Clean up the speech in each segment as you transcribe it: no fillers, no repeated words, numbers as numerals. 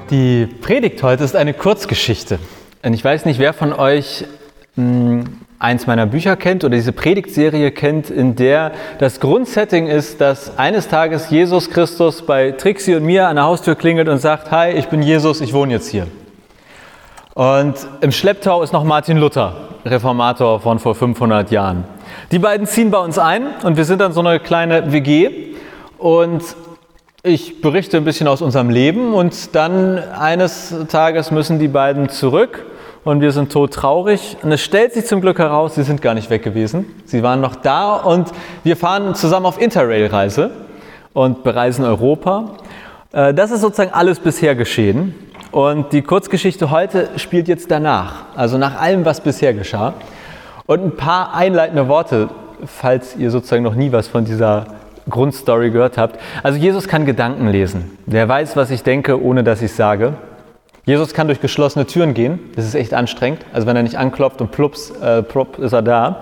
Die Predigt heute ist eine Kurzgeschichte. Und ich weiß nicht, wer von euch eins meiner Bücher kennt oder diese Predigtserie kennt, in der das Grundsetting ist, dass eines Tages Jesus Christus bei Trixie und mir an der Haustür klingelt und sagt: Hi, ich bin Jesus, ich wohne jetzt hier. Und im Schlepptau ist noch Martin Luther, Reformator von vor 500 Jahren. Die beiden ziehen bei uns ein und wir sind dann so eine kleine WG und ich berichte ein bisschen aus unserem Leben und dann eines Tages müssen die beiden zurück und wir sind todtraurig. Und es stellt sich zum Glück heraus, sie sind gar nicht weg gewesen. Sie waren noch da und wir fahren zusammen auf Interrail-Reise und bereisen Europa. Das ist sozusagen alles bisher geschehen. Und die Kurzgeschichte heute spielt jetzt danach, also nach allem, was bisher geschah. Und ein paar einleitende Worte, falls ihr sozusagen noch nie was von dieser Grundstory gehört habt. Also Jesus kann Gedanken lesen. Der weiß, was ich denke, ohne dass ich es sage. Jesus kann durch geschlossene Türen gehen. Das ist echt anstrengend. Also wenn er nicht anklopft und plupp ist er da.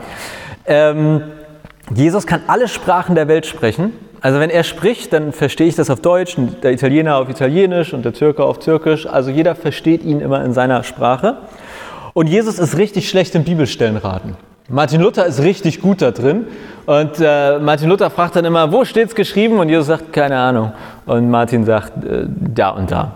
Jesus kann alle Sprachen der Welt sprechen. Also wenn er spricht, dann verstehe ich das auf Deutsch, der Italiener auf Italienisch und der Türke auf Türkisch. Also jeder versteht ihn immer in seiner Sprache. Und Jesus ist richtig schlecht im Bibelstellenraten. Martin Luther ist richtig gut da drin und Martin Luther fragt dann immer, wo steht's geschrieben? Und Jesus sagt, keine Ahnung. Und Martin sagt, da und da.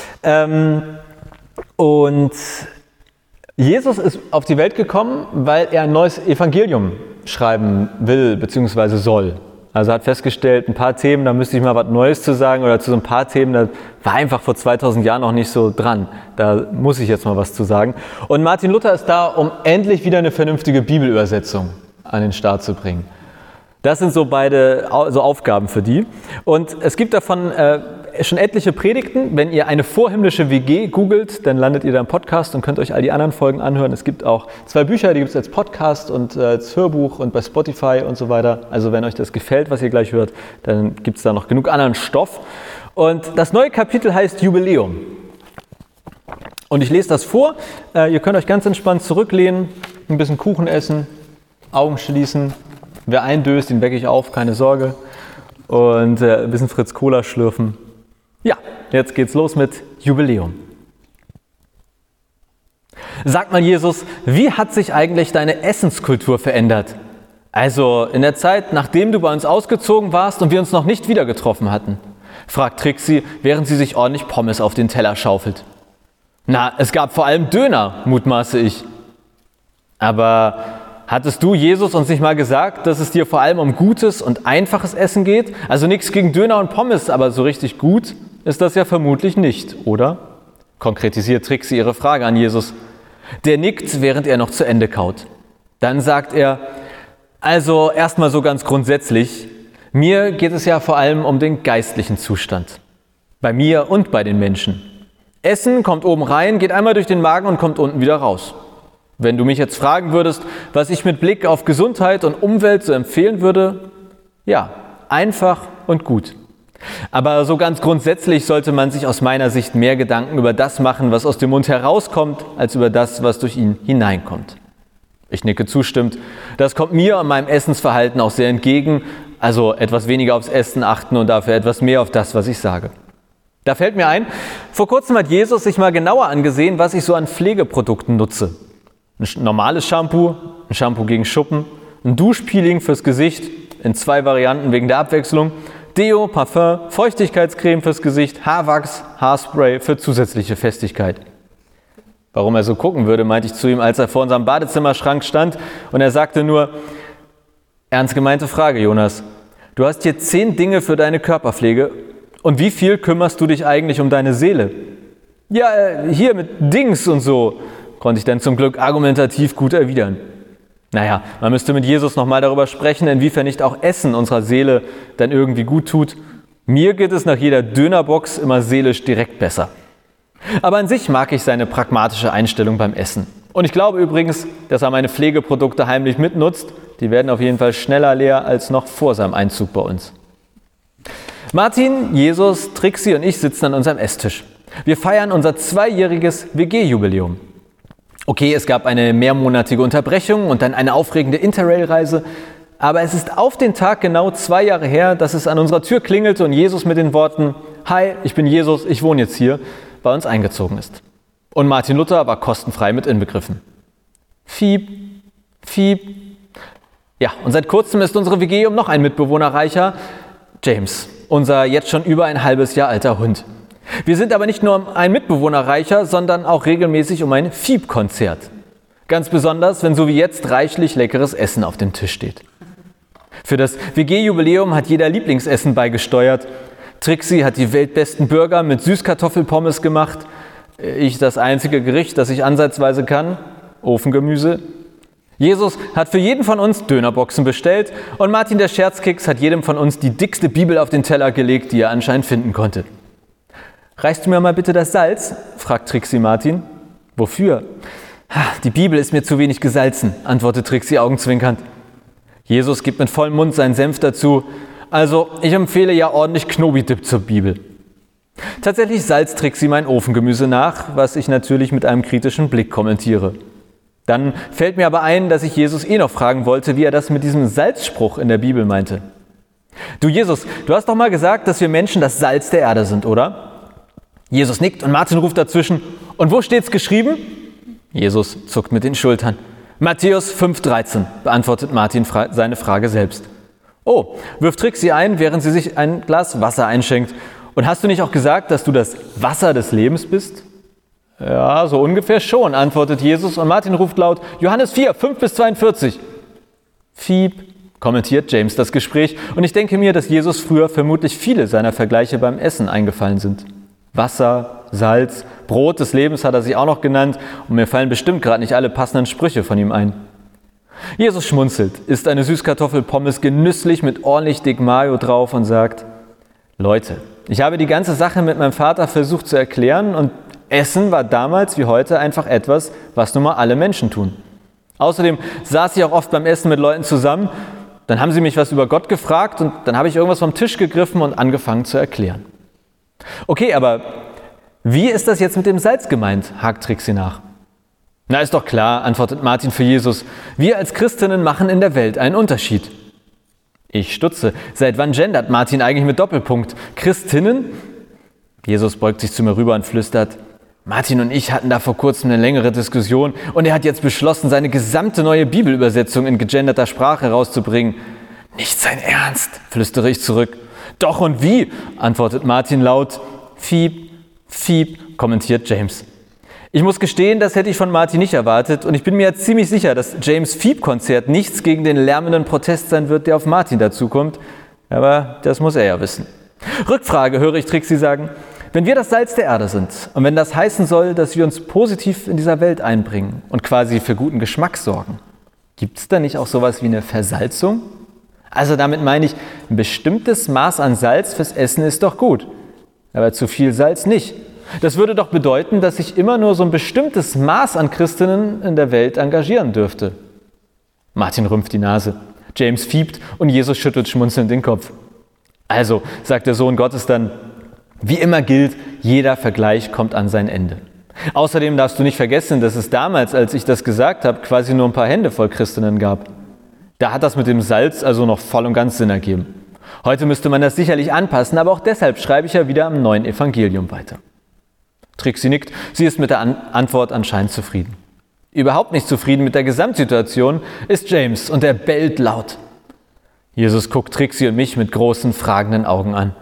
Und Jesus ist auf die Welt gekommen, weil er ein neues Evangelium schreiben will bzw. soll. Also er hat festgestellt, ein paar Themen, da müsste ich mal was Neues zu sagen oder zu so ein paar Themen, da war einfach vor 2000 Jahren noch nicht so dran. Da muss ich jetzt mal was zu sagen. Und Martin Luther ist da, um endlich wieder eine vernünftige Bibelübersetzung an den Start zu bringen. Das sind so beide so Aufgaben für die. Und es gibt davon schon etliche Predigten. Wenn ihr eine vorhimmlische WG googelt, dann landet ihr da im Podcast und könnt euch all die anderen Folgen anhören. Es gibt auch 2 Bücher, die gibt es als Podcast und als Hörbuch und bei Spotify und so weiter. Also wenn euch das gefällt, was ihr gleich hört, dann gibt es da noch genug anderen Stoff. Und das neue Kapitel heißt Jubiläum. Und ich lese das vor. Ihr könnt euch ganz entspannt zurücklehnen, ein bisschen Kuchen essen, Augen schließen. Wer eindöst, den wecke ich auf, keine Sorge. Und ein bisschen Fritz Cola schlürfen. Ja, jetzt geht's los mit Jubiläum. Sag mal, Jesus, wie hat sich eigentlich deine Essenskultur verändert? Also in der Zeit, nachdem du bei uns ausgezogen warst und wir uns noch nicht wieder getroffen hatten, fragt Trixie, während sie sich ordentlich Pommes auf den Teller schaufelt. Na, es gab vor allem Döner, mutmaße ich. Aber hattest du, Jesus, uns nicht mal gesagt, dass es dir vor allem um gutes und einfaches Essen geht? Also nichts gegen Döner und Pommes, aber so richtig gut ist das ja vermutlich nicht, oder? Konkretisiert Trixie ihre Frage an Jesus. Der nickt, während er noch zu Ende kaut. Dann sagt er, also erstmal so ganz grundsätzlich, mir geht es ja vor allem um den geistlichen Zustand. Bei mir und bei den Menschen. Essen kommt oben rein, geht einmal durch den Magen und kommt unten wieder raus. Wenn du mich jetzt fragen würdest, was ich mit Blick auf Gesundheit und Umwelt so empfehlen würde, ja, einfach und gut. Aber so ganz grundsätzlich sollte man sich aus meiner Sicht mehr Gedanken über das machen, was aus dem Mund herauskommt, als über das, was durch ihn hineinkommt. Ich nicke zustimmend. Das kommt mir und meinem Essensverhalten auch sehr entgegen, also etwas weniger aufs Essen achten und dafür etwas mehr auf das, was ich sage. Da fällt mir ein, vor kurzem hat Jesus sich mal genauer angesehen, was ich so an Pflegeprodukten nutze. Ein normales Shampoo, ein Shampoo gegen Schuppen, ein Duschpeeling fürs Gesicht in 2 Varianten wegen der Abwechslung, Deo, Parfum, Feuchtigkeitscreme fürs Gesicht, Haarwachs, Haarspray für zusätzliche Festigkeit. Warum er so gucken würde, meinte ich zu ihm, als er vor unserem Badezimmerschrank stand und er sagte nur, ernst gemeinte Frage, Jonas, du hast hier 10 Dinge für deine Körperpflege und wie viel kümmerst du dich eigentlich um deine Seele? Ja, hier mit Dings und so, konnte ich dann zum Glück argumentativ gut erwidern. Naja, man müsste mit Jesus nochmal darüber sprechen, inwiefern nicht auch Essen unserer Seele dann irgendwie gut tut. Mir geht es nach jeder Dönerbox immer seelisch direkt besser. Aber an sich mag ich seine pragmatische Einstellung beim Essen. Und ich glaube übrigens, dass er meine Pflegeprodukte heimlich mitnutzt. Die werden auf jeden Fall schneller leer als noch vor seinem Einzug bei uns. Martin, Jesus, Trixie und ich sitzen an unserem Esstisch. Wir feiern unser 2-jähriges WG-Jubiläum. Okay, es gab eine mehrmonatige Unterbrechung und dann eine aufregende Interrail-Reise, aber es ist auf den Tag genau 2 Jahre her, dass es an unserer Tür klingelte und Jesus mit den Worten, Hi, ich bin Jesus, ich wohne jetzt hier, bei uns eingezogen ist. Und Martin Luther war kostenfrei mit inbegriffen. Fiep, fiep. Ja, und seit kurzem ist unsere WG um noch ein Mitbewohner reicher, James, unser jetzt schon über ein halbes Jahr alter Hund. Wir sind aber nicht nur um einen Mitbewohner reicher, sondern auch regelmäßig um ein Fiep-Konzert. Ganz besonders, wenn so wie jetzt reichlich leckeres Essen auf dem Tisch steht. Für das WG-Jubiläum hat jeder Lieblingsessen beigesteuert. Trixie hat die weltbesten Burger mit Süßkartoffelpommes gemacht. Ich das einzige Gericht, das ich ansatzweise kann, Ofengemüse. Jesus hat für jeden von uns Dönerboxen bestellt und Martin der Scherzkeks hat jedem von uns die dickste Bibel auf den Teller gelegt, die er anscheinend finden konnte. »Reichst du mir mal bitte das Salz?« fragt Trixie Martin. »Wofür?« »Die Bibel ist mir zu wenig gesalzen«, antwortet Trixie augenzwinkernd. Jesus gibt mit vollem Mund seinen Senf dazu. »Also, ich empfehle ja ordentlich Knobi-Dip zur Bibel.« Tatsächlich salzt Trixie mein Ofengemüse nach, was ich natürlich mit einem kritischen Blick kommentiere. Dann fällt mir aber ein, dass ich Jesus noch fragen wollte, wie er das mit diesem Salzspruch in der Bibel meinte. »Du Jesus, du hast doch mal gesagt, dass wir Menschen das Salz der Erde sind, oder?« Jesus nickt und Martin ruft dazwischen. »Und wo steht's geschrieben?« Jesus zuckt mit den Schultern. »Matthäus 5,13«, beantwortet Martin seine Frage selbst. »Oh«, wirft Trixie ein, während sie sich ein Glas Wasser einschenkt. »Und hast du nicht auch gesagt, dass du das Wasser des Lebens bist?« »Ja, so ungefähr schon«, antwortet Jesus und Martin ruft laut, »Johannes 4, 5-42«. »Fiep«, kommentiert James das Gespräch und ich denke mir, dass Jesus früher vermutlich viele seiner Vergleiche beim Essen eingefallen sind. Wasser, Salz, Brot des Lebens hat er sich auch noch genannt und mir fallen bestimmt gerade nicht alle passenden Sprüche von ihm ein. Jesus schmunzelt, isst eine Süßkartoffelpommes genüsslich mit ordentlich dick Mayo drauf und sagt, Leute, ich habe die ganze Sache mit meinem Vater versucht zu erklären und Essen war damals wie heute einfach etwas, was nun mal alle Menschen tun. Außerdem saß ich auch oft beim Essen mit Leuten zusammen, dann haben sie mich was über Gott gefragt und dann habe ich irgendwas vom Tisch gegriffen und angefangen zu erklären. Okay, aber wie ist das jetzt mit dem Salz gemeint? Hakt Trixie nach. Na, ist doch klar, antwortet Martin für Jesus. Wir als Christinnen machen in der Welt einen Unterschied. Ich stutze. Seit wann gendert Martin eigentlich mit Doppelpunkt? Christinnen? Jesus beugt sich zu mir rüber und flüstert, Martin und ich hatten da vor kurzem eine längere Diskussion und er hat jetzt beschlossen, seine gesamte neue Bibelübersetzung in gegenderter Sprache rauszubringen. Nicht sein Ernst, flüstere ich zurück. Doch und wie? Antwortet Martin laut. Fiep, fiep, kommentiert James. Ich muss gestehen, das hätte ich von Martin nicht erwartet und ich bin mir jetzt ziemlich sicher, dass James' Fiep-Konzert nichts gegen den lärmenden Protest sein wird, der auf Martin dazukommt. Aber das muss er ja wissen. Rückfrage, höre ich Trixie sagen. Wenn wir das Salz der Erde sind und wenn das heißen soll, dass wir uns positiv in dieser Welt einbringen und quasi für guten Geschmack sorgen, gibt es da nicht auch sowas wie eine Versalzung? Also damit meine ich, ein bestimmtes Maß an Salz fürs Essen ist doch gut, aber zu viel Salz nicht. Das würde doch bedeuten, dass sich immer nur so ein bestimmtes Maß an Christinnen in der Welt engagieren dürfte. Martin rümpft die Nase, James fiebt und Jesus schüttelt schmunzelnd den Kopf. Also, sagt der Sohn Gottes dann, wie immer gilt, jeder Vergleich kommt an sein Ende. Außerdem darfst du nicht vergessen, dass es damals, als ich das gesagt habe, quasi nur ein paar Hände voll Christinnen gab. Da hat das mit dem Salz also noch voll und ganz Sinn ergeben. Heute müsste man das sicherlich anpassen, aber auch deshalb schreibe ich ja wieder am neuen Evangelium weiter. Trixie nickt, sie ist mit der Antwort anscheinend zufrieden. Überhaupt nicht zufrieden mit der Gesamtsituation ist James und er bellt laut. Jesus guckt Trixie und mich mit großen, fragenden Augen an.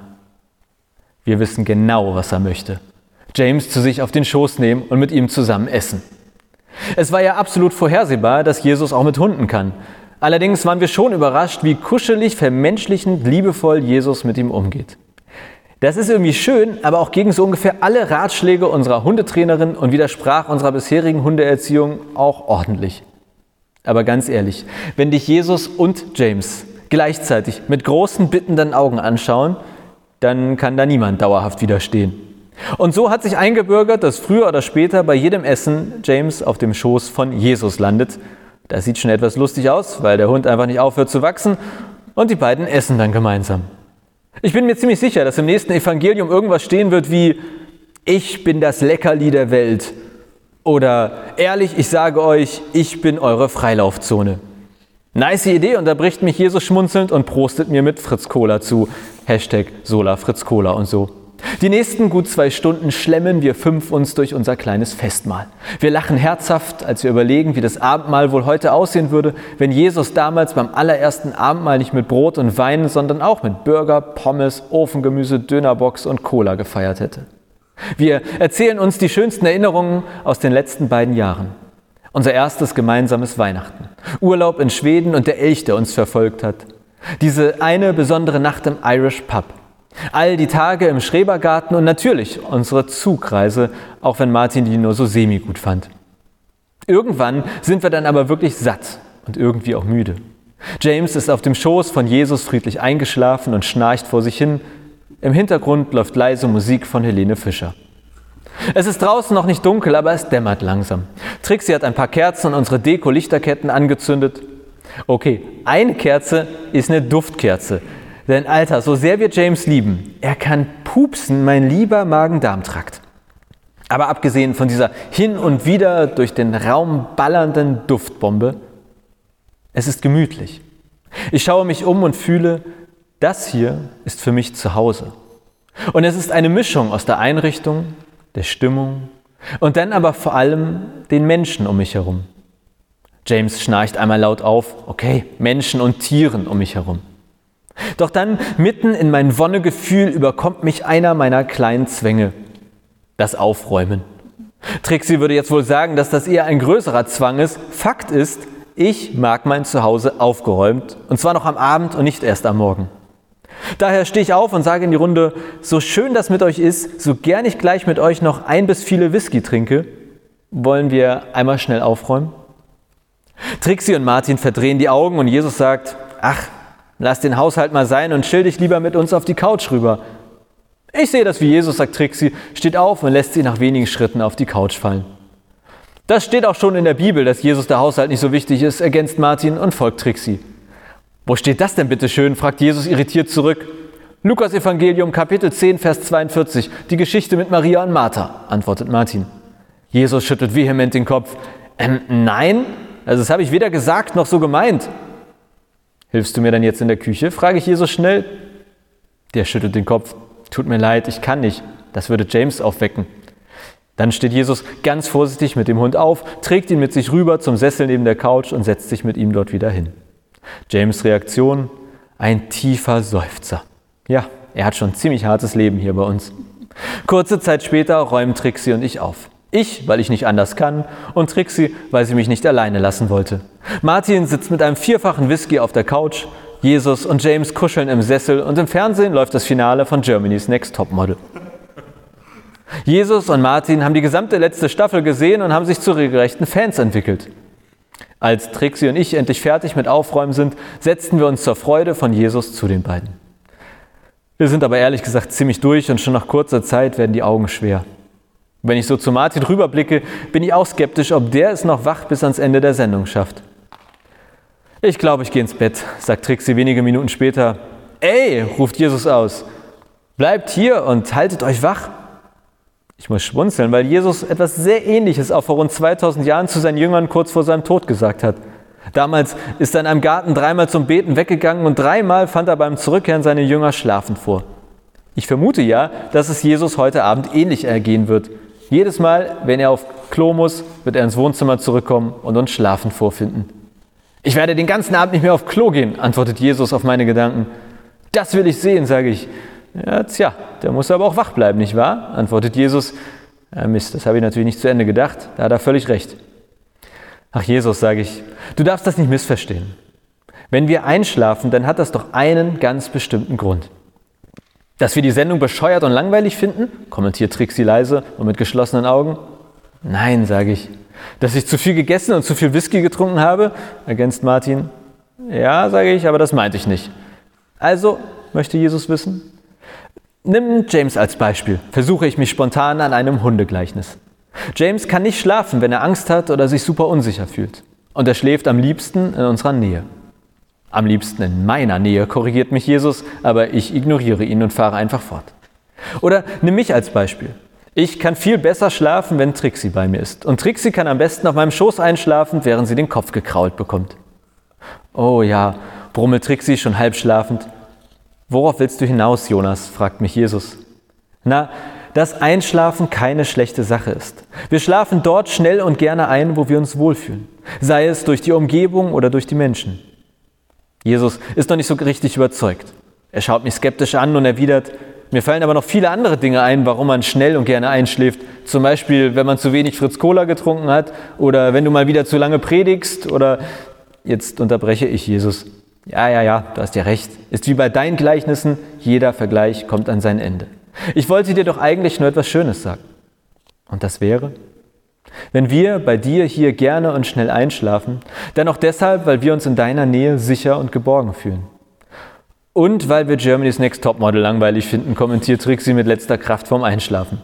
Wir wissen genau, was er möchte. James zu sich auf den Schoß nehmen und mit ihm zusammen essen. Es war ja absolut vorhersehbar, dass Jesus auch mit Hunden kann. Allerdings waren wir schon überrascht, wie kuschelig, vermenschlichend, liebevoll Jesus mit ihm umgeht. Das ist irgendwie schön, aber auch gegen so ungefähr alle Ratschläge unserer Hundetrainerin und widersprach unserer bisherigen Hundeerziehung auch ordentlich. Aber ganz ehrlich, wenn dich Jesus und James gleichzeitig mit großen, bittenden Augen anschauen, dann kann da niemand dauerhaft widerstehen. Und so hat sich eingebürgert, dass früher oder später bei jedem Essen James auf dem Schoß von Jesus landet. Das sieht schon etwas lustig aus, weil der Hund einfach nicht aufhört zu wachsen und die beiden essen dann gemeinsam. Ich bin mir ziemlich sicher, dass im nächsten Evangelium irgendwas stehen wird wie Ich bin das Leckerli der Welt oder Ehrlich, ich sage euch, ich bin eure Freilaufzone. Nice Idee, unterbricht mich Jesus schmunzelnd und prostet mir mit Fritz Cola zu. #SolaFritzCola und so. Die nächsten gut 2 Stunden schlemmen wir 5 uns durch unser kleines Festmahl. Wir lachen herzhaft, als wir überlegen, wie das Abendmahl wohl heute aussehen würde, wenn Jesus damals beim allerersten Abendmahl nicht mit Brot und Wein, sondern auch mit Burger, Pommes, Ofengemüse, Dönerbox und Cola gefeiert hätte. Wir erzählen uns die schönsten Erinnerungen aus den letzten beiden Jahren. Unser erstes gemeinsames Weihnachten, Urlaub in Schweden und der Elch, der uns verfolgt hat. Diese eine besondere Nacht im Irish Pub. All die Tage im Schrebergarten und natürlich unsere Zugreise, auch wenn Martin die nur so semi-gut fand. Irgendwann sind wir dann aber wirklich satt und irgendwie auch müde. James ist auf dem Schoß von Jesus friedlich eingeschlafen und schnarcht vor sich hin. Im Hintergrund läuft leise Musik von Helene Fischer. Es ist draußen noch nicht dunkel, aber es dämmert langsam. Trixie hat ein paar Kerzen und unsere Deko-Lichterketten angezündet. Okay, eine Kerze ist eine Duftkerze. Denn Alter, so sehr wir James lieben, er kann pupsen, mein lieber Magen-Darm-Trakt. Aber abgesehen von dieser hin und wieder durch den Raum ballernden Duftbombe, es ist gemütlich. Ich schaue mich um und fühle, das hier ist für mich zu Hause. Und es ist eine Mischung aus der Einrichtung, der Stimmung und dann aber vor allem den Menschen um mich herum. James schnarcht einmal laut auf, okay, Menschen und Tieren um mich herum. Doch dann, mitten in mein Wonnegefühl, überkommt mich einer meiner kleinen Zwänge, das Aufräumen. Trixie würde jetzt wohl sagen, dass das eher ein größerer Zwang ist. Fakt ist, ich mag mein Zuhause aufgeräumt, und zwar noch am Abend und nicht erst am Morgen. Daher stehe ich auf und sage in die Runde, so schön das mit euch ist, so gern ich gleich mit euch noch 1 bis viele Whisky trinke, wollen wir einmal schnell aufräumen? Trixie und Martin verdrehen die Augen und Jesus sagt, ach, lass den Haushalt mal sein und chill dich lieber mit uns auf die Couch rüber. Ich sehe das wie Jesus, sagt Trixie, steht auf und lässt sie nach wenigen Schritten auf die Couch fallen. Das steht auch schon in der Bibel, dass Jesus der Haushalt nicht so wichtig ist, ergänzt Martin und folgt Trixie. Wo steht das denn bitte schön, fragt Jesus irritiert zurück. Lukas Evangelium, Kapitel 10, Vers 42, die Geschichte mit Maria und Martha, antwortet Martin. Jesus schüttelt vehement den Kopf. Nein, also das habe ich weder gesagt noch so gemeint. Hilfst du mir dann jetzt in der Küche, frage ich Jesus schnell. Der schüttelt den Kopf. Tut mir leid, ich kann nicht. Das würde James aufwecken. Dann steht Jesus ganz vorsichtig mit dem Hund auf, trägt ihn mit sich rüber zum Sessel neben der Couch und setzt sich mit ihm dort wieder hin. James' Reaktion? Ein tiefer Seufzer. Ja, er hat schon ein ziemlich hartes Leben hier bei uns. Kurze Zeit später räumen Trixie und ich auf. Ich, weil ich nicht anders kann, und Trixie, weil sie mich nicht alleine lassen wollte. Martin sitzt mit einem 4-fachen Whisky auf der Couch, Jesus und James kuscheln im Sessel und im Fernsehen läuft das Finale von Germany's Next Topmodel. Jesus und Martin haben die gesamte letzte Staffel gesehen und haben sich zu regelrechten Fans entwickelt. Als Trixie und ich endlich fertig mit Aufräumen sind, setzten wir uns zur Freude von Jesus zu den beiden. Wir sind aber ehrlich gesagt ziemlich durch und schon nach kurzer Zeit werden die Augen schwer. Wenn ich so zu Martin rüberblicke, bin ich auch skeptisch, ob der es noch wach bis ans Ende der Sendung schafft. Ich glaube, ich gehe ins Bett, sagt Trixie wenige Minuten später. Ey, ruft Jesus aus, bleibt hier und haltet euch wach. Ich muss schmunzeln, weil Jesus etwas sehr Ähnliches auch vor rund 2000 Jahren zu seinen Jüngern kurz vor seinem Tod gesagt hat. Damals ist er in einem Garten 3-mal zum Beten weggegangen und 3-mal fand er beim Zurückkehren seine Jünger schlafend vor. Ich vermute ja, dass es Jesus heute Abend ähnlich ergehen wird. Jedes Mal, wenn er auf Klo muss, wird er ins Wohnzimmer zurückkommen und uns schlafend vorfinden. Ich werde den ganzen Abend nicht mehr auf Klo gehen, antwortet Jesus auf meine Gedanken. Das will ich sehen, sage ich. Ja, tja, der muss aber auch wach bleiben, nicht wahr? Antwortet Jesus. Ja, Mist, das habe ich natürlich nicht zu Ende gedacht. Da hat er völlig recht. Ach Jesus, sage ich, du darfst das nicht missverstehen. Wenn wir einschlafen, dann hat das doch einen ganz bestimmten Grund. Dass wir die Sendung bescheuert und langweilig finden, kommentiert Trixie leise und mit geschlossenen Augen. Nein, sage ich. Dass ich zu viel gegessen und zu viel Whisky getrunken habe, ergänzt Martin. Ja, sage ich, aber das meinte ich nicht. Also, möchte Jesus wissen. Nimm James als Beispiel, versuche ich mich spontan an einem Hundegleichnis. James kann nicht schlafen, wenn er Angst hat oder sich super unsicher fühlt. Und er schläft am liebsten in unserer Nähe. Am liebsten in meiner Nähe, korrigiert mich Jesus, aber ich ignoriere ihn und fahre einfach fort. Oder nimm mich als Beispiel. Ich kann viel besser schlafen, wenn Trixie bei mir ist. Und Trixie kann am besten auf meinem Schoß einschlafen, während sie den Kopf gekrault bekommt. Oh ja, brummelt Trixie schon halb schlafend. Worauf willst du hinaus, Jonas? Fragt mich Jesus. Na, dass Einschlafen keine schlechte Sache ist. Wir schlafen dort schnell und gerne ein, wo wir uns wohlfühlen, sei es durch die Umgebung oder durch die Menschen. Jesus ist noch nicht so richtig überzeugt. Er schaut mich skeptisch an und erwidert, mir fallen aber noch viele andere Dinge ein, warum man schnell und gerne einschläft. Zum Beispiel, wenn man zu wenig Fritz Cola getrunken hat oder wenn du mal wieder zu lange predigst oder... Jetzt unterbreche ich Jesus. Ja, du hast ja recht. Ist wie bei deinen Gleichnissen, jeder Vergleich kommt an sein Ende. Ich wollte dir doch eigentlich nur etwas Schönes sagen. Und das wäre, wenn wir bei dir hier gerne und schnell einschlafen, dann auch deshalb, weil wir uns in deiner Nähe sicher und geborgen fühlen. Und weil wir Germany's Next Topmodel langweilig finden, kommentiert Trixie mit letzter Kraft vorm Einschlafen.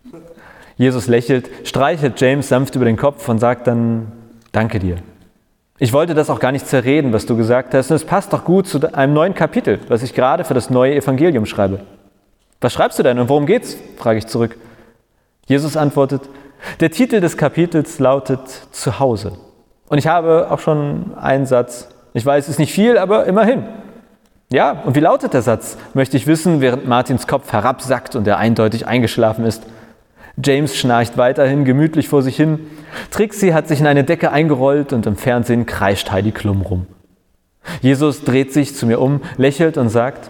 Jesus lächelt, streichelt James sanft über den Kopf und sagt dann, danke dir. Ich wollte das auch gar nicht zerreden, was du gesagt hast, und es passt doch gut zu einem neuen Kapitel, was ich gerade für das neue Evangelium schreibe. Was schreibst du denn und worum geht's? Frage ich zurück. Jesus antwortet, der Titel des Kapitels lautet Zuhause. Und ich habe auch schon einen Satz. Ich weiß, es ist nicht viel, aber immerhin. Ja, und wie lautet der Satz? Möchte ich wissen, während Martins Kopf herabsackt und er eindeutig eingeschlafen ist. James schnarcht weiterhin gemütlich vor sich hin. Trixie hat sich in eine Decke eingerollt und im Fernsehen kreischt Heidi Klum rum. Jesus dreht sich zu mir um, lächelt und sagt,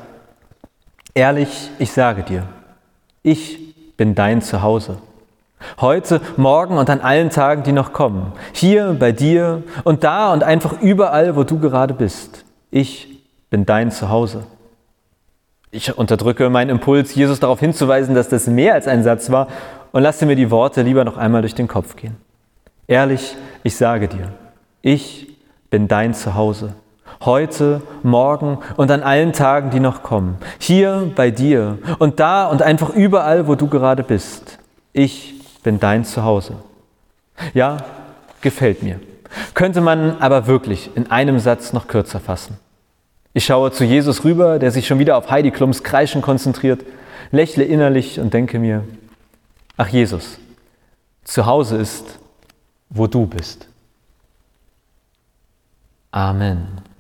ehrlich, ich sage dir, ich bin dein Zuhause. Heute, morgen und an allen Tagen, die noch kommen. Hier, bei dir und da und einfach überall, wo du gerade bist. Ich bin dein Zuhause. Ich unterdrücke meinen Impuls, Jesus darauf hinzuweisen, dass das mehr als ein Satz war und lasse mir die Worte lieber noch einmal durch den Kopf gehen. Ehrlich, ich sage dir, ich bin dein Zuhause. Heute, morgen und an allen Tagen, die noch kommen. Hier, bei dir und da und einfach überall, wo du gerade bist. Ich bin dein Zuhause. Ja, gefällt mir. Könnte man aber wirklich in einem Satz noch kürzer fassen. Ich schaue zu Jesus rüber, der sich schon wieder auf Heidi Klums Kreischen konzentriert, lächle innerlich und denke mir, ach Jesus, zu Hause ist, wo du bist. Amen.